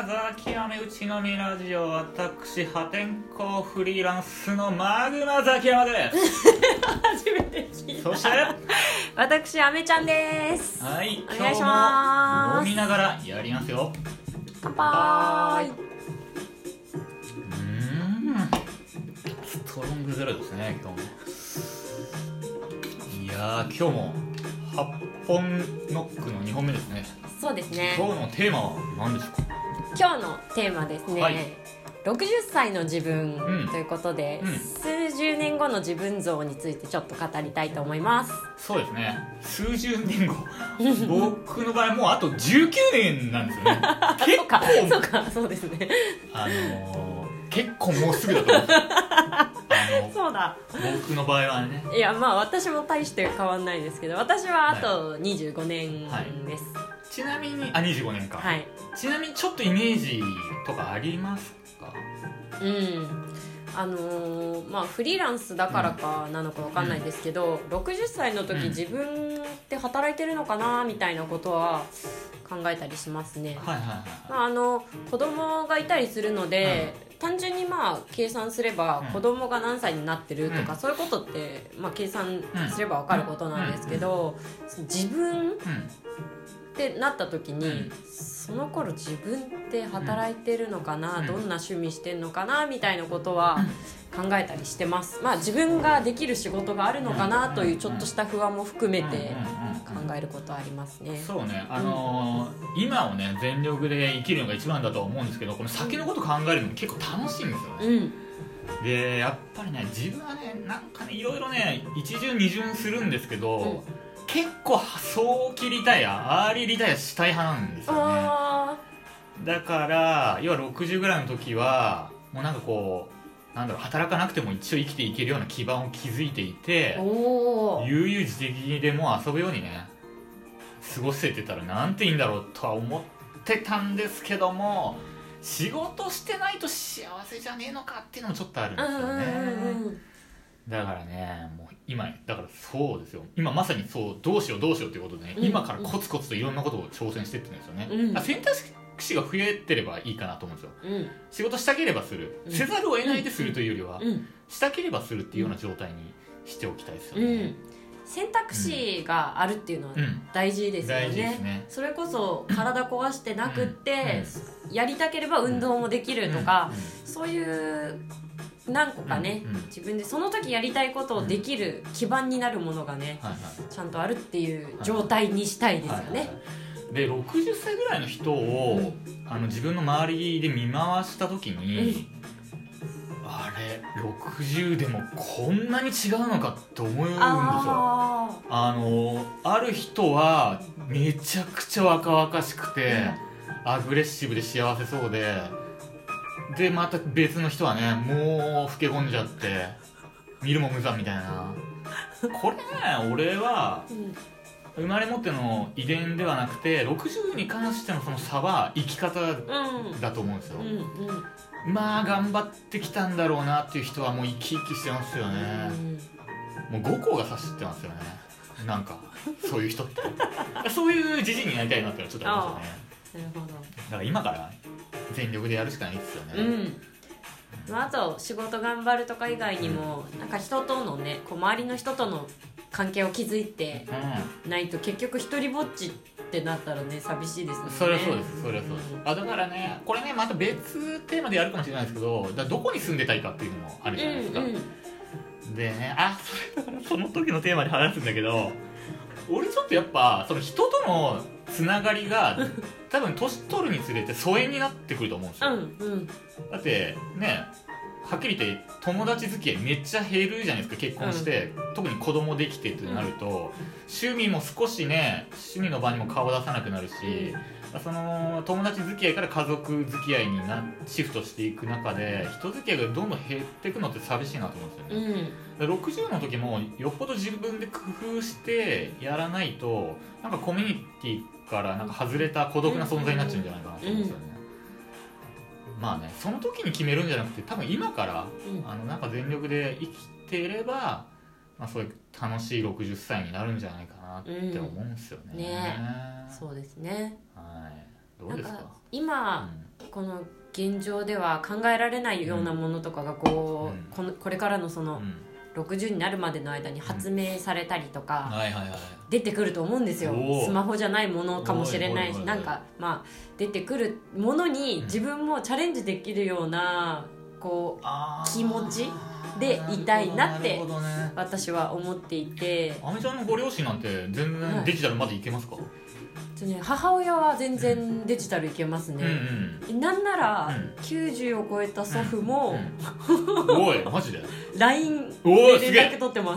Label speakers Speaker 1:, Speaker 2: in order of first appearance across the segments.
Speaker 1: 崎山打ちのみラジオ、私破天荒フリーランスのマグマ崎山です
Speaker 2: 初めて聞いた。
Speaker 1: そして
Speaker 2: 私アメちゃんです。
Speaker 1: はい、
Speaker 2: お願いします。
Speaker 1: 今日も飲みながらやりますよ。
Speaker 2: 乾杯。
Speaker 1: ストロングゼロですね、今日も。いやー、今日も8本ノックの2本目ですね。
Speaker 2: そうですね。
Speaker 1: 今日のテーマは何ですか？
Speaker 2: 今日のテーマですね、
Speaker 1: はい、
Speaker 2: 60歳の自分ということで、数十年後の自分像についてちょっと語りたいと思います。
Speaker 1: そうですね、数十年後僕の場合もうあと19年なんですよね結構
Speaker 2: そうですね
Speaker 1: 結構もうすぐだと思う
Speaker 2: そうだ、
Speaker 1: 僕の場合はね。
Speaker 2: いや、まあ私も大して変わんないですけど、私はあと25年です、はい、
Speaker 1: ちなみに25年か、
Speaker 2: はい、
Speaker 1: ちなみにちょっとイメージとかありますか？
Speaker 2: まあフリーランスだからかなのか分かんないですけど、60歳の時、自分って働いてるのかなみたいなことは考えたりしますね。子供がいたりするので、単純にまあ計算すれば子供が何歳になってるとか、そういうことって、まあ、計算すれば分かることなんですけど、自分ってなった時に、その頃自分って働いてるのかな、どんな趣味してんのかなみたいなことは考えたりしてます。まあ自分ができる仕事があるのかなというちょっとした不安も含めて考えることはありますね。
Speaker 1: そうね、今をね全力で生きるのが一番だと思うんですけど、この先のこと考えるのも結構楽しいんですよね、でやっぱりね、自分はねなんかねいろいろね一巡二巡するんですけど、結構早期リタイア、アーリーリタイアしたい派なんですよね。だから要は60ぐらいの時はもうなんかこうなんだろう、働かなくても一応生きていけるような基盤を築いていて、悠々自適でもう遊ぶようにね過ごせてたらなんていいんだろうとは思ってたんですけども、仕事してないと幸せじゃねえのかっていうのもちょっとあるんですよね。だからね、もう今だからそうですよ、今まさにそう、どうしようということでね、今からコツコツといろんなことを挑戦していってるんですよね、選択肢が増えてればいいかなと思うんですよ、仕事したければする、せざるを得ないでするというよりは、したければするっていうような状態にしておきたいですよね、
Speaker 2: 選択肢があるっていうのは大事ですよね、
Speaker 1: 大事ですね。
Speaker 2: それこそ体壊してなくって、やりたければ運動もできるとか、そういう何個かね、自分でその時やりたいことをできる基盤になるものがね、ちゃんとあるっていう状態にしたいですよね。
Speaker 1: で60歳ぐらいの人を、自分の周りで見回した時に、あれ60でもこんなに違うのかって思うんですよ。ある人はめちゃくちゃ若々しくて、アグレッシブで幸せそうでまた別の人はねもう老け込んじゃって見るも無残みたいなこれね、俺は生まれ持っての遺伝ではなくて、60に関してのその差は生き方だと思うんですよ、まあ頑張ってきたんだろうなっていう人はもう生き生きしてますよね、もう5個が指してますよね、なんかそういう人ってそういうじじいになりたいなってのはちょっとありますよね。
Speaker 2: なるほど。
Speaker 1: だから今から全力でやるしかないですよね、
Speaker 2: あと仕事頑張るとか以外にも、なんか人とのね、こう周りの人との関係を築いてないと、結局一人ぼっちってなったらね寂しいですよね。
Speaker 1: それはそうです、それはそうです、だからね、これねまた別テーマでやるかもしれないですけど、どこに住んでたいかっていうのもあるじゃないですか、でね、それだからその時のテーマで話すんだけど、俺ちょっとやっぱその人とのつながりが多分年取るにつれて疎遠になってくると思うんですよ、だってね、はっきり言って友達付き合いめっちゃ減るじゃないですか、結婚して、特に子供できてってなると、趣味も少しね、趣味の場にも顔出さなくなるし、その友達付き合いから家族付き合いにシフトしていく中で、人付き合いがどんどん減っていくのって寂しいなと思うんですよね、60の時もよっぽど自分で工夫してやらないと、なんかコミュニティからなんか外れた孤独な存在になっちゃうんじゃないかなと思うんですよね、まあね、その時に決めるんじゃなくて、多分今から、なんか全力で生きていれば、そういう楽しい60歳になるんじゃないかなって思うんですよね、
Speaker 2: そうですね。
Speaker 1: はい。 どうですか？
Speaker 2: 今、この現状では考えられないようなものとかがこれからのその、60になるまでの間に発明されたりとか出てくると思うんですよ。スマホじゃないものかもしれないし、なんかまあ出てくるものに自分もチャレンジできるようなこう気持ちでいたいなって私は思っていて。
Speaker 1: あめちゃんのご両親なんて全然デジタルまでいけますか？
Speaker 2: 母親は全然デジタルいけますね、なんなら、90を超えた祖父も、
Speaker 1: おいマジで
Speaker 2: LINE で連絡取ってます。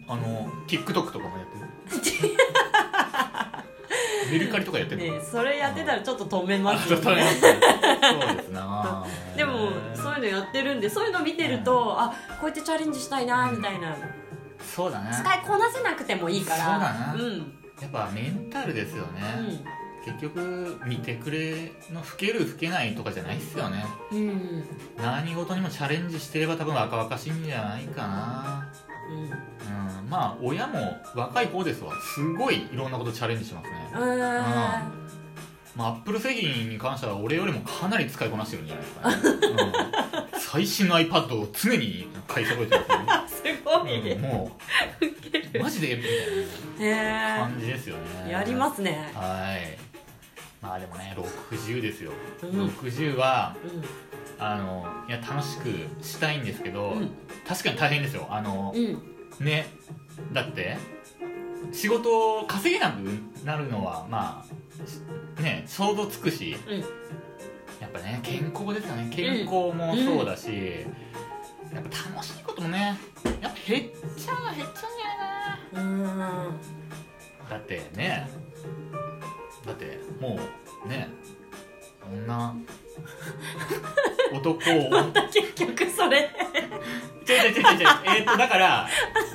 Speaker 1: TikTok とかもやってるメルカリとかやってる
Speaker 2: ね。それやってたらちょっと止めますよね。
Speaker 1: そうですな。
Speaker 2: でもそういうのやってるんで、そういうの見てると、あ、こうやってチャレンジしたいなみたいな。
Speaker 1: そうだね。
Speaker 2: 使いこなせなくてもいいから。
Speaker 1: そうだな。やっぱメンタルですよね、結局見てくれの老ける老けないとかじゃないっすよね、何事にもチャレンジしてれば多分若々しいんじゃないかな、まあ親も若い方ですわ、すごいいろんなことチャレンジしますね、まあ、アップル製品に関しては俺よりもかなり使いこなしてるんじゃないですかね、最新の iPad を常に買い揃えてます
Speaker 2: ねすごいね、
Speaker 1: もうマジでみたいな感じですよね。
Speaker 2: やりますね。
Speaker 1: はい。まあでもね60ですよ、60は、いや楽しくしたいんですけど、確かに大変ですよ。ね、だって仕事を稼げなくなるのはまあね想像つくし、やっぱね健康ですよね。健康もそうだし、やっぱ楽しいこともねやっぱ減っちゃうんじゃないかな。だってね、だってもうね女男を
Speaker 2: また結局それ
Speaker 1: だから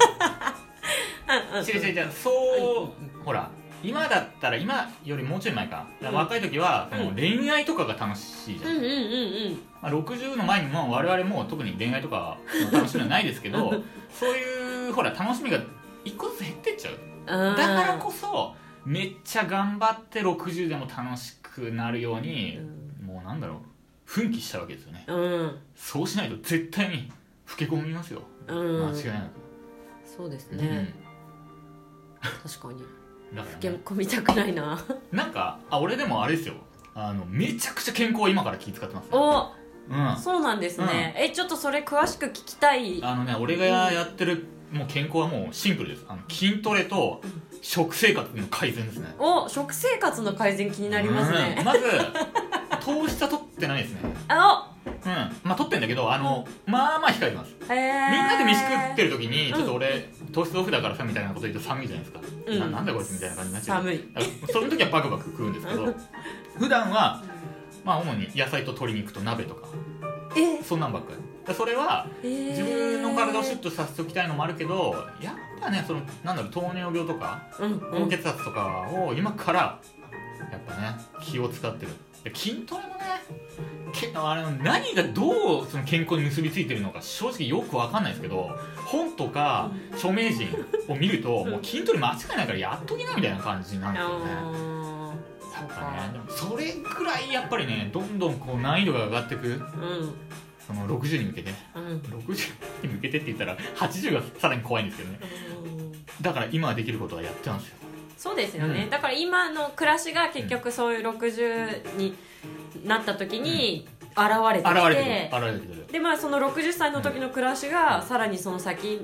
Speaker 1: 違うそうほら今だったら今よりもうちょい前か、若い時はその恋愛とかが楽しいじゃん、60の前にも我々も特に恋愛とかの楽しみはないですけどそういうほら楽しみが一個ずつ減ってっちゃう。だからこそめっちゃ頑張って60でも楽しくなるように、もうなんだろう奮起したわけですよね、そうしないと絶対に老け込みますよ、間違いなく。
Speaker 2: そうですね、確かに
Speaker 1: だから、
Speaker 2: 老け込みたくないな。
Speaker 1: なんか俺でもあれですよ、めちゃくちゃ健康を今から気遣ってます、
Speaker 2: そうなんですね、ちょっとそれ詳しく聞きたい。
Speaker 1: 俺がやってるもう健康はもうシンプルです。筋トレと食生活の改善ですね。
Speaker 2: 食生活の改善気になりますね、
Speaker 1: まず糖質は取ってないですね。まあ取ってんだけどまあまあ控えてます。みんなで飯食ってる時にちょっと俺糖質オフだからさみたいなこと言うと寒いじゃないですか、なんだこいつみたいな感じになっちゃう。寒いその時はバクバク食うんですけど普段はまあ主に野菜と鶏肉と鍋とかそんなんばっかり。それは自分の体をシュッとさせておきたいのもあるけど、やっぱねなんだろう糖尿病とか高血圧とかを今からやっぱね気を使ってる。筋トレもね何がどうその健康に結びついてるのか正直よく分かんないですけど、本とか著名人を見るともう筋トレ間違いないからやっときなみたいな感じなんですよね。やっぱねでもそれぐらいやっぱりねどんどんこう難易度が上がっていく、その60に向けて、60に向けてって言ったら80がさらに怖いんですけどね、だから今はできることはやってますよ。
Speaker 2: そうですよね、だから今の暮らしが結局そういう60になった時に現れてきて、でまあその60歳の時の暮らしがさらにその先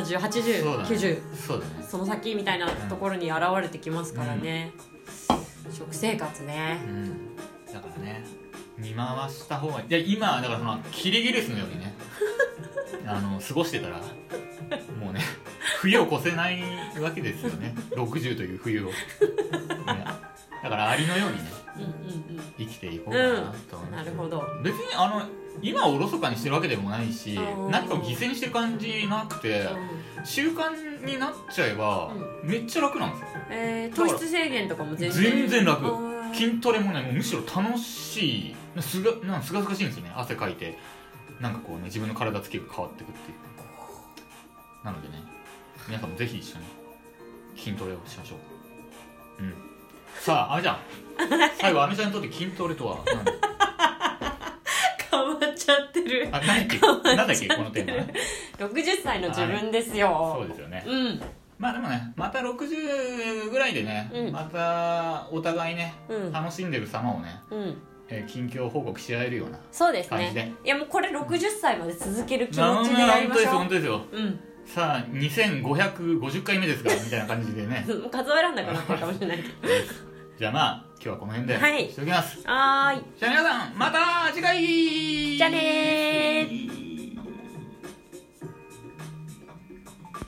Speaker 2: 70、80、90、その先みたいなところに現れてきますからね、食生活ね、
Speaker 1: だからね見回した方がいい。いや今だからそのキリギリスのようにね過ごしてたらもうね冬を越せないわけですよね60という冬を、ね、だからアリのようにね、生きていこうかなと思います。
Speaker 2: なるほど。
Speaker 1: 別に今をおろそかにしてるわけでもないし、何かを犠牲にしてる感じなくて、習慣になっちゃえばめっちゃ楽なんです
Speaker 2: よ。糖質制限とかも全
Speaker 1: 然楽。筋トレもねもうむしろ楽しい、すがすがしいんですよね。汗かいてなんかこうね自分の体つきが変わっていくっていう。なのでね皆さんもぜひ一緒に筋トレをしましょう。 さあ、あめちゃん最後、あめちゃんにとって筋トレとは何だ
Speaker 2: 変わっちゃってる。
Speaker 1: なんだっけこのテーマ
Speaker 2: 60歳の自分ですよ。
Speaker 1: そうですよね。
Speaker 2: ま
Speaker 1: あでもね、また60ぐらいでね、またお互いね、楽しんでる様をね、近況報告し合えるような感じで。
Speaker 2: そうですね。いやもうこれ60歳まで続ける気持ちでやりましょう。
Speaker 1: 本当ですよ。さあ2550回目ですからみたいな感じでね
Speaker 2: 数えらんなくなってるかもしれないけど
Speaker 1: じゃあまあ今日はこの辺でしておきます。
Speaker 2: はーい。
Speaker 1: じゃあ皆さんまた次回。
Speaker 2: じゃあねー。